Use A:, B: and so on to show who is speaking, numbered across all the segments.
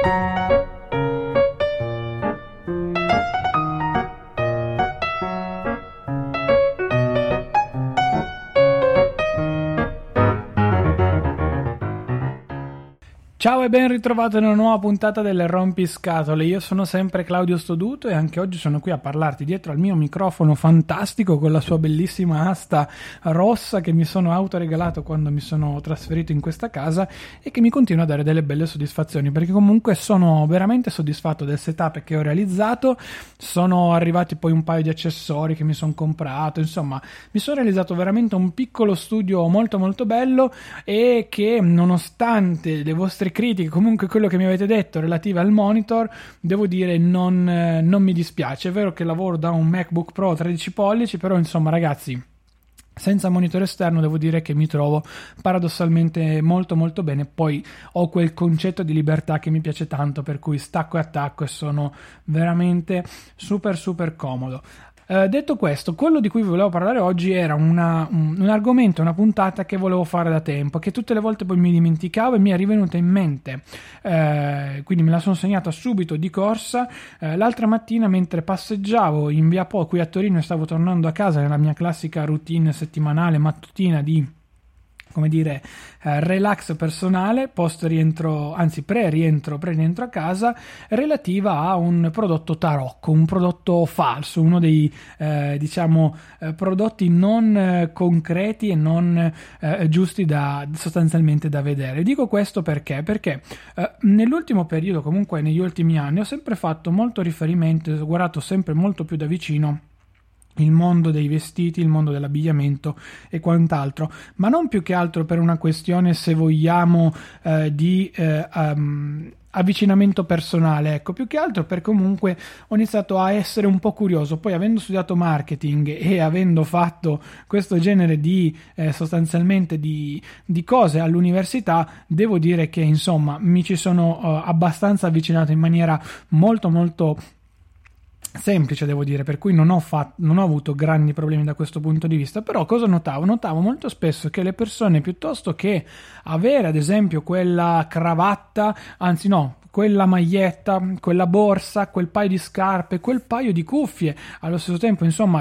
A: Ciao e ben ritrovato in una nuova puntata delle Rompiscatole. Io sono sempre Claudio Stoduto e anche oggi sono qui a parlarti dietro al mio microfono fantastico con la sua bellissima asta rossa che mi sono autoregalato quando mi sono trasferito in questa casa e che mi continua a dare delle belle soddisfazioni, perché comunque sono veramente soddisfatto del setup che ho realizzato. Sono arrivati poi un paio di accessori che mi sono comprato, insomma mi sono realizzato veramente un piccolo studio molto molto bello e che, nonostante le vostre critiche, comunque quello che mi avete detto relative al monitor, devo dire non mi dispiace. È vero che lavoro da un MacBook Pro 13 pollici, però insomma ragazzi, senza monitor esterno devo dire che mi trovo paradossalmente molto molto bene. Poi ho quel concetto di libertà che mi piace tanto, per cui stacco e attacco e sono veramente super super comodo. Detto questo, quello di cui vi volevo parlare oggi era un argomento, una puntata che volevo fare da tempo, che tutte le volte poi mi dimenticavo e mi è rivenuta in mente, quindi me la sono segnata subito di corsa. L'altra mattina, mentre passeggiavo in via Po qui a Torino e stavo tornando a casa nella mia classica routine settimanale mattutina di, come dire, relax personale post rientro, anzi pre-rientro a casa, relativa a un prodotto tarocco, un prodotto falso, uno dei prodotti non concreti e non giusti sostanzialmente da vedere. Dico questo perché nell'ultimo periodo, comunque negli ultimi anni, ho sempre fatto molto riferimento, ho guardato sempre molto più da vicino il mondo dei vestiti, il mondo dell'abbigliamento e quant'altro, ma non più che altro per una questione, se vogliamo, di avvicinamento personale, ecco, più che altro per comunque ho iniziato a essere un po' curioso. Poi, avendo studiato marketing e avendo fatto questo genere di sostanzialmente di cose all'università, devo dire che insomma mi ci sono abbastanza avvicinato in maniera molto molto semplice, devo dire, per cui non ho avuto grandi problemi da questo punto di vista. Però cosa notavo? Notavo molto spesso che le persone, piuttosto che avere ad esempio quella cravatta, anzi no, quella maglietta, quella borsa, quel paio di scarpe, quel paio di cuffie, allo stesso tempo insomma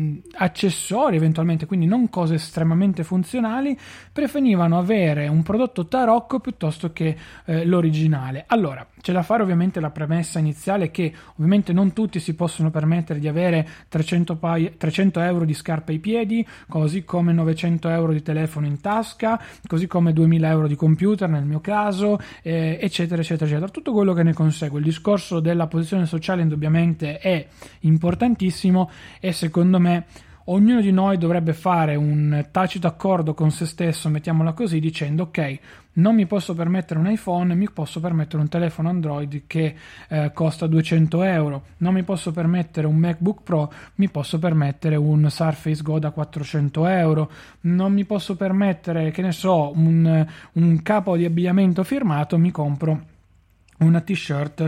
A: accessori eventualmente, quindi non cose estremamente funzionali, preferivano avere un prodotto tarocco piuttosto che l'originale. Allora, c'è da fare ovviamente la premessa iniziale che ovviamente non tutti si possono permettere di avere 300 euro di scarpe ai piedi, così come 900 euro di telefono in tasca, così come 2000 euro di computer nel mio caso, eccetera eccetera eccetera. Tutto quello che ne consegue. Il discorso della posizione sociale indubbiamente è importantissimo e secondo me ognuno di noi dovrebbe fare un tacito accordo con se stesso, mettiamola così, dicendo: ok, non mi posso permettere un iPhone, mi posso permettere un telefono Android che costa 200 euro, non mi posso permettere un MacBook Pro, mi posso permettere un Surface Go da 400 euro, non mi posso permettere, che ne so, un capo di abbigliamento firmato, mi compro una t-shirt,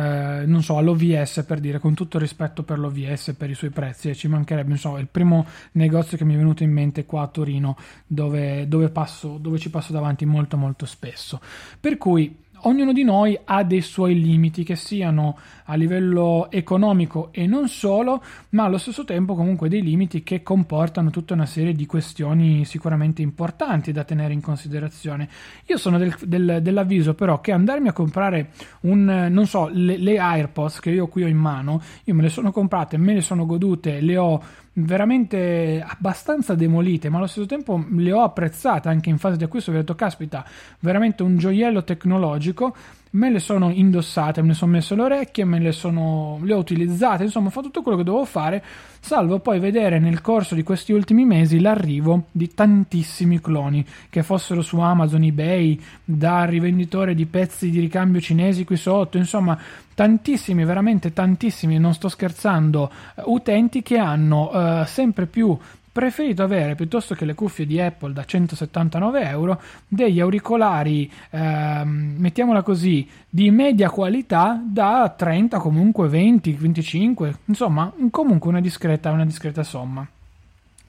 A: non so, all'OVS, per dire, con tutto il rispetto per l'OVS, per i suoi prezzi, e ci mancherebbe, non so, il primo negozio che mi è venuto in mente qua a Torino, dove ci passo davanti molto molto spesso. Per cui ognuno di noi ha dei suoi limiti, che siano a livello economico e non solo, ma allo stesso tempo comunque dei limiti che comportano tutta una serie di questioni sicuramente importanti da tenere in considerazione. Io sono dell'avviso però che andarmi a comprare non so, le AirPods che io qui ho in mano, io me le sono comprate, me le sono godute, le ho veramente abbastanza demolite, ma allo stesso tempo le ho apprezzate anche in fase di acquisto. Vi ho detto: caspita, veramente un gioiello tecnologico. Me le sono indossate, me ne sono messo le orecchie, le ho utilizzate, insomma ho fatto tutto quello che dovevo fare, salvo poi vedere nel corso di questi ultimi mesi l'arrivo di tantissimi cloni, che fossero su Amazon, eBay, da rivenditore di pezzi di ricambio cinesi qui sotto, insomma tantissimi, veramente tantissimi, non sto scherzando, utenti che hanno sempre più preferito avere, piuttosto che le cuffie di Apple da 179 euro, degli auricolari, mettiamola così, di media qualità da 30, comunque 20, 25, insomma, comunque una discreta somma.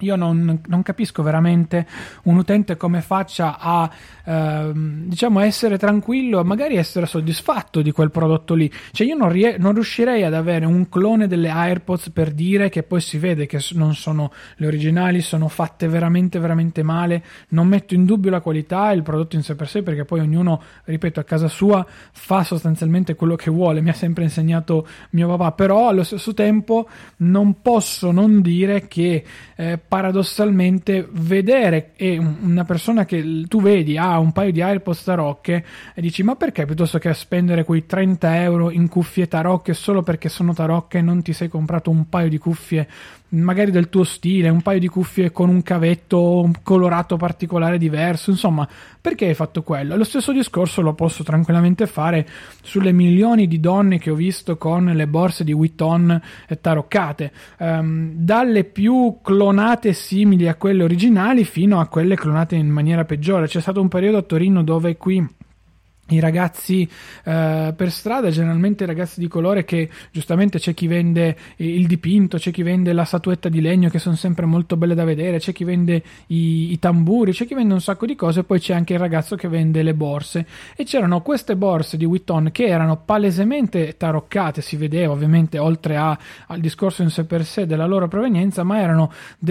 A: Io non capisco veramente un utente come faccia a diciamo essere tranquillo e magari essere soddisfatto di quel prodotto lì. Cioè io non riuscirei ad avere un clone delle AirPods, per dire, che poi si vede che non sono le originali, sono fatte veramente veramente male. Non metto in dubbio la qualità e il prodotto in sé per sé, perché poi ognuno, ripeto, a casa sua fa sostanzialmente quello che vuole, mi ha sempre insegnato mio papà. Però allo stesso tempo non posso non dire che paradossalmente vedere una persona che tu vedi ha un paio di AirPods tarocche e dici: ma perché piuttosto che spendere quei 30 euro in cuffie tarocche solo perché sono tarocche non ti sei comprato un paio di cuffie magari del tuo stile, un paio di cuffie con un cavetto colorato particolare diverso? Insomma, perché hai fatto quello? Lo stesso discorso lo posso tranquillamente fare sulle milioni di donne che ho visto con le borse di Vuitton taroccate, dalle più clonate simili a quelle originali fino a quelle clonate in maniera peggiore. C'è stato un periodo a Torino dove qui i ragazzi per strada, generalmente i ragazzi di colore, che giustamente c'è chi vende il dipinto, c'è chi vende la statuetta di legno che sono sempre molto belle da vedere, c'è chi vende i tamburi, c'è chi vende un sacco di cose, poi c'è anche il ragazzo che vende le borse, e c'erano queste borse di Vuitton che erano palesemente taroccate, si vedeva ovviamente, oltre al discorso in sé per sé della loro provenienza, ma erano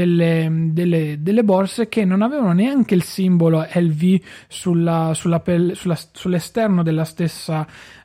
A: delle borse che non avevano neanche il simbolo LV sull'esterno della stessa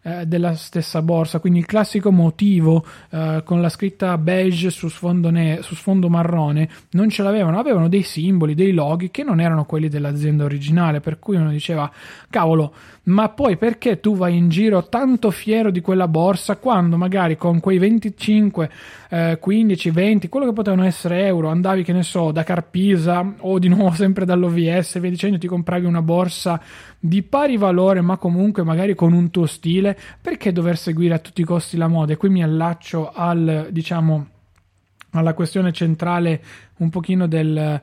A: borsa, quindi il classico motivo con la scritta beige su sfondo marrone non ce l'avevano, avevano dei simboli, dei loghi che non erano quelli dell'azienda originale, per cui uno diceva: cavolo, ma poi perché tu vai in giro tanto fiero di quella borsa quando magari con quei 25 15, 20, quello che potevano essere euro, andavi, che ne so, da Carpisa o di nuovo sempre dall'OVS, via dicendo, ti compravi una borsa di pari valore ma comunque magari con un tuo stile? Perché dover seguire a tutti i costi la moda? E qui mi allaccio alla questione centrale un pochino del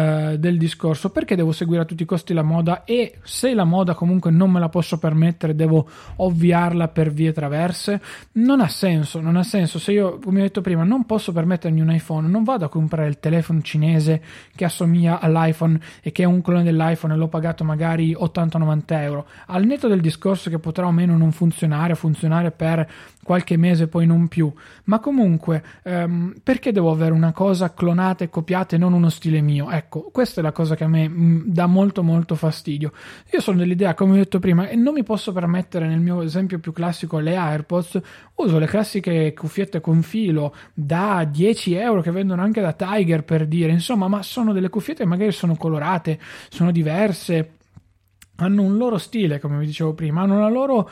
A: discorso: perché devo seguire a tutti i costi la moda, e se la moda comunque non me la posso permettere devo ovviarla per vie traverse? Non ha senso. Se io, come ho detto prima, non posso permettermi un iPhone, non vado a comprare il telefono cinese che assomiglia all'iPhone e che è un clone dell'iPhone e l'ho pagato magari 80-90 euro, al netto del discorso che potrà o meno non funzionare per qualche mese, poi non più, ma comunque perché devo avere una cosa clonata e copiata e non uno stile mio? Ecco, questa è la cosa che a me dà molto molto fastidio. Io sono dell'idea, come ho detto prima, e non mi posso permettere, nel mio esempio più classico, le AirPods, uso le classiche cuffiette con filo da 10 euro che vendono anche da Tiger, per dire, insomma, ma sono delle cuffiette che magari sono colorate, sono diverse, hanno un loro stile, come vi dicevo prima, hanno una loro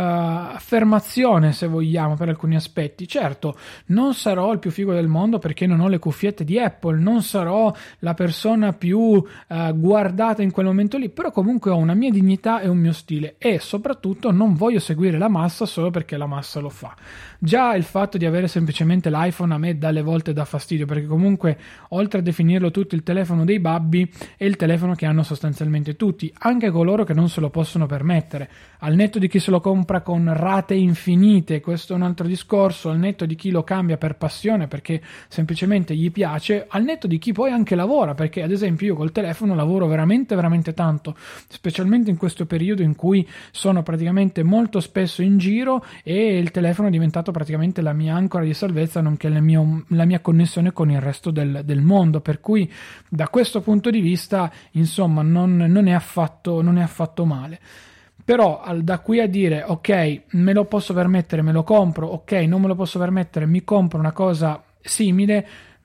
A: affermazione, se vogliamo, per alcuni aspetti. Certo, non sarò il più figo del mondo perché non ho le cuffiette di Apple, non sarò la persona più guardata in quel momento lì, però comunque ho una mia dignità e un mio stile, e soprattutto non voglio seguire la massa solo perché la massa lo fa. Già il fatto di avere semplicemente l'iPhone a me dalle volte dà fastidio, perché comunque, oltre a definirlo tutto il telefono dei babbi, è il telefono che hanno sostanzialmente tutti, anche coloro che non se lo possono permettere, al netto di chi se lo compra con rate infinite, questo è un altro discorso, al netto di chi lo cambia per passione perché semplicemente gli piace, al netto di chi poi anche lavora, perché ad esempio io col telefono lavoro veramente veramente tanto, specialmente in questo periodo in cui sono praticamente molto spesso in giro e il telefono è diventato praticamente la mia ancora di salvezza, nonché la mia connessione con il resto del mondo, per cui da questo punto di vista, insomma, non è affatto male. Però da qui a dire ok, me lo posso permettere, me lo compro, ok, non me lo posso permettere, mi compro una cosa simile,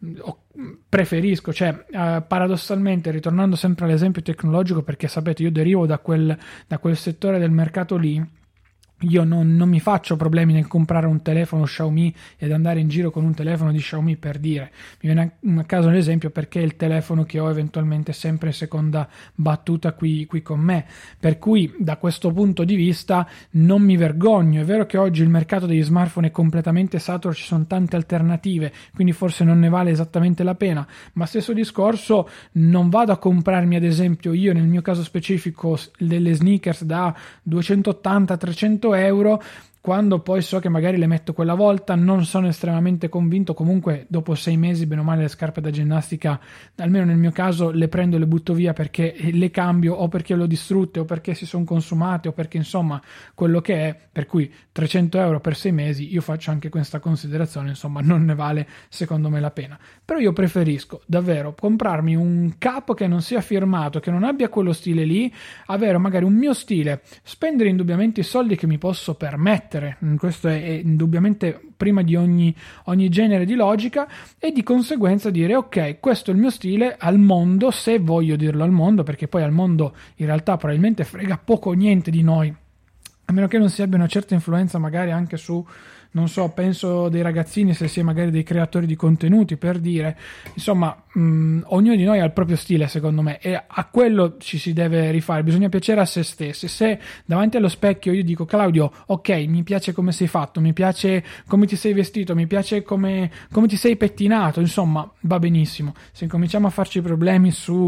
A: preferisco, cioè paradossalmente, ritornando sempre all'esempio tecnologico, perché sapete io derivo da quel settore del mercato lì, io non mi faccio problemi nel comprare un telefono Xiaomi ed andare in giro con un telefono di Xiaomi, per dire. Mi viene a caso l'esempio perché è il telefono che ho eventualmente sempre in seconda battuta qui con me, per cui da questo punto di vista non mi vergogno. È vero che oggi il mercato degli smartphone è completamente saturo, ci sono tante alternative, quindi forse non ne vale esattamente la pena, ma stesso discorso, non vado a comprarmi ad esempio io, nel mio caso specifico, delle sneakers da 280-300 euro quando poi so che magari le metto quella volta non sono estremamente convinto. Comunque dopo 6 mesi bene o male le scarpe da ginnastica, almeno nel mio caso, le prendo e le butto via perché le cambio, o perché le ho distrutte, o perché si sono consumate, o perché insomma quello che è, per cui 300 euro per 6 mesi, io faccio anche questa considerazione, insomma non ne vale secondo me la pena. Però io preferisco davvero comprarmi un capo che non sia firmato, che non abbia quello stile lì, avere magari un mio stile, spendere indubbiamente i soldi che mi posso permettere. Questo è indubbiamente prima di ogni genere di logica, e di conseguenza dire ok, questo è il mio stile al mondo, se voglio dirlo al mondo, perché poi al mondo in realtà probabilmente frega poco o niente di noi, a meno che non si abbia una certa influenza magari anche su, non so, penso dei ragazzini, se si è magari dei creatori di contenuti, per dire, insomma, ognuno di noi ha il proprio stile secondo me, e a quello ci si deve rifare, bisogna piacere a se stessi. Se davanti allo specchio io dico Claudio, ok, mi piace come sei fatto, mi piace come ti sei vestito, mi piace come ti sei pettinato, insomma va benissimo. Se incominciamo a farci problemi su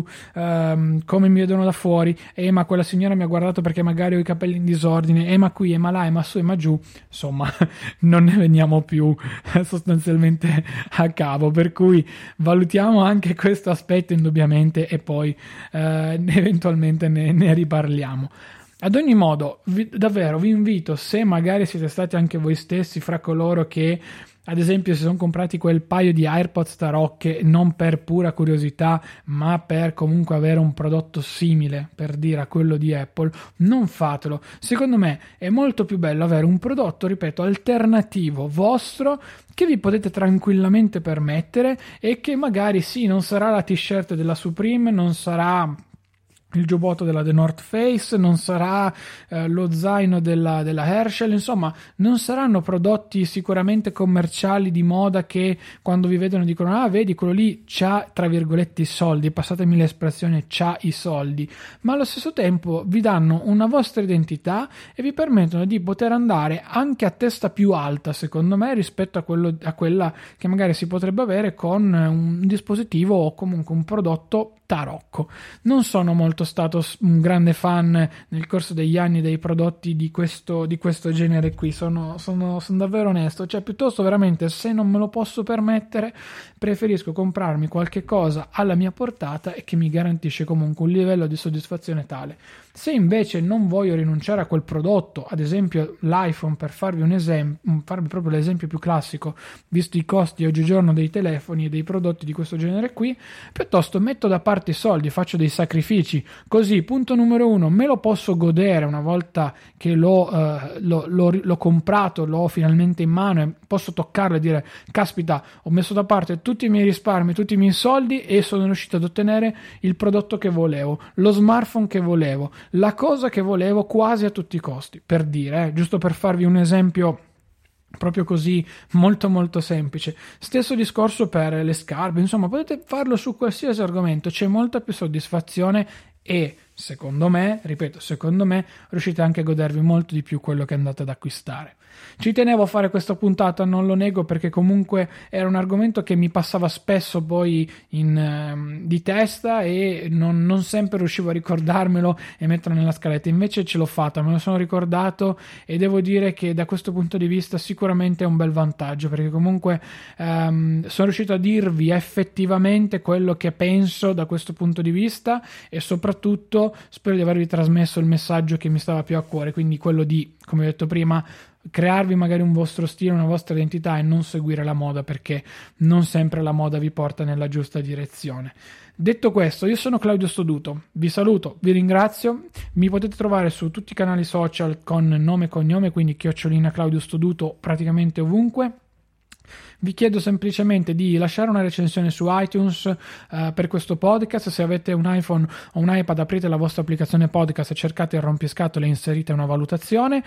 A: come mi vedono da fuori, ma quella signora mi ha guardato perché magari ho i capelli in disordine, ma qui, ma là, ma su, ma giù, insomma non ne veniamo più sostanzialmente a cavo, per cui valutiamo anche questo aspetto indubbiamente, e poi eventualmente ne riparliamo. Ad ogni modo, davvero vi invito, se magari siete stati anche voi stessi fra coloro che ad esempio si sono comprati quel paio di AirPods tarocche non per pura curiosità, ma per comunque avere un prodotto simile, per dire, a quello di Apple, non fatelo. Secondo me è molto più bello avere un prodotto, ripeto, alternativo vostro, che vi potete tranquillamente permettere, e che magari sì, non sarà la t-shirt della Supreme, non sarà il giubbotto della The North Face, non sarà lo zaino della Herschel, insomma non saranno prodotti sicuramente commerciali di moda che quando vi vedono dicono ah vedi quello lì c'ha tra virgolette i soldi, passatemi l'espressione, c'ha i soldi, ma allo stesso tempo vi danno una vostra identità e vi permettono di poter andare anche a testa più alta secondo me rispetto a quella che magari si potrebbe avere con un dispositivo o comunque un prodotto tarocco. Non sono molto stato un grande fan nel corso degli anni dei prodotti di questo genere qui, sono davvero onesto, cioè piuttosto veramente, se non me lo posso permettere, preferisco comprarmi qualche cosa alla mia portata e che mi garantisce comunque un livello di soddisfazione tale. Se invece non voglio rinunciare a quel prodotto, ad esempio l'iPhone, per farvi un esempio, farvi proprio l'esempio più classico, visto i costi oggigiorno dei telefoni e dei prodotti di questo genere qui, piuttosto metto da parte i soldi, faccio dei sacrifici, così punto numero 1, me lo posso godere una volta che l'ho comprato, l'ho finalmente in mano e posso toccarlo e dire caspita, ho messo da parte tutti i miei risparmi, tutti i miei soldi e sono riuscito ad ottenere il prodotto che volevo, lo smartphone che volevo, la cosa che volevo quasi a tutti i costi, per dire, giusto per farvi un esempio proprio così molto molto semplice. Stesso discorso per le scarpe, insomma potete farlo su qualsiasi argomento, c'è molta più soddisfazione e secondo me, ripeto, secondo me riuscite anche a godervi molto di più quello che andate ad acquistare. Ci tenevo a fare questa puntata, non lo nego, perché comunque era un argomento che mi passava spesso poi di testa e non sempre riuscivo a ricordarmelo e metterlo nella scaletta, invece ce l'ho fatta, me lo sono ricordato e devo dire che da questo punto di vista sicuramente è un bel vantaggio, perché comunque sono riuscito a dirvi effettivamente quello che penso da questo punto di vista e soprattutto spero di avervi trasmesso il messaggio che mi stava più a cuore, quindi quello di, come ho detto prima, crearvi magari un vostro stile, una vostra identità e non seguire la moda, perché non sempre la moda vi porta nella giusta direzione. Detto questo, io sono Claudio Stoduto, vi saluto, vi ringrazio, mi potete trovare su tutti i canali social con nome e cognome, quindi @ Claudio Stoduto praticamente ovunque. Vi chiedo semplicemente di lasciare una recensione su iTunes per questo podcast. Se avete un iPhone o un iPad, aprite la vostra applicazione podcast, cercate il rompiscatole e inserite una valutazione.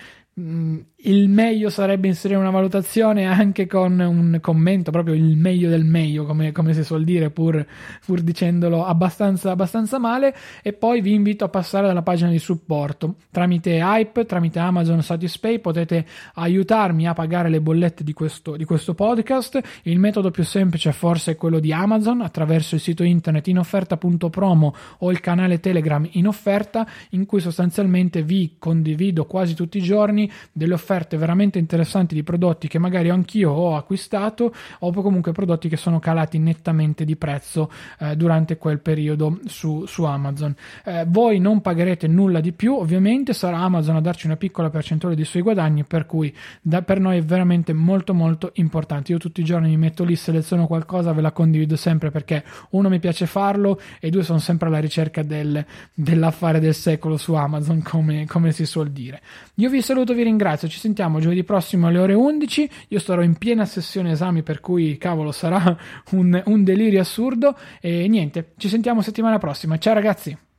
A: Il meglio sarebbe inserire una valutazione anche con un commento, proprio il meglio del meglio, come si suol dire, pur dicendolo abbastanza male. E poi vi invito a passare dalla pagina di supporto tramite Hype, tramite Amazon Satispay. Potete aiutarmi a pagare le bollette di questo podcast, podcast. Il metodo più semplice forse è quello di Amazon, attraverso il sito internet inofferta.promo o il canale Telegram in offerta, in cui sostanzialmente vi condivido quasi tutti i giorni delle offerte veramente interessanti di prodotti che magari anch'io ho acquistato, o comunque prodotti che sono calati nettamente di prezzo durante quel periodo su Amazon. Voi non pagherete nulla di più, ovviamente sarà Amazon a darci una piccola percentuale dei suoi guadagni, per cui per noi è veramente molto molto importante. Io tutti i giorni mi metto lì, seleziono qualcosa, ve la condivido sempre, perché uno, mi piace farlo, e due, sono sempre alla ricerca dell'affare del secolo su Amazon, come si suol dire. Io vi saluto, vi ringrazio, ci sentiamo giovedì prossimo alle ore 11. Io starò in piena sessione esami, per cui cavolo, sarà un delirio assurdo, e niente, ci sentiamo settimana prossima. Ciao ragazzi.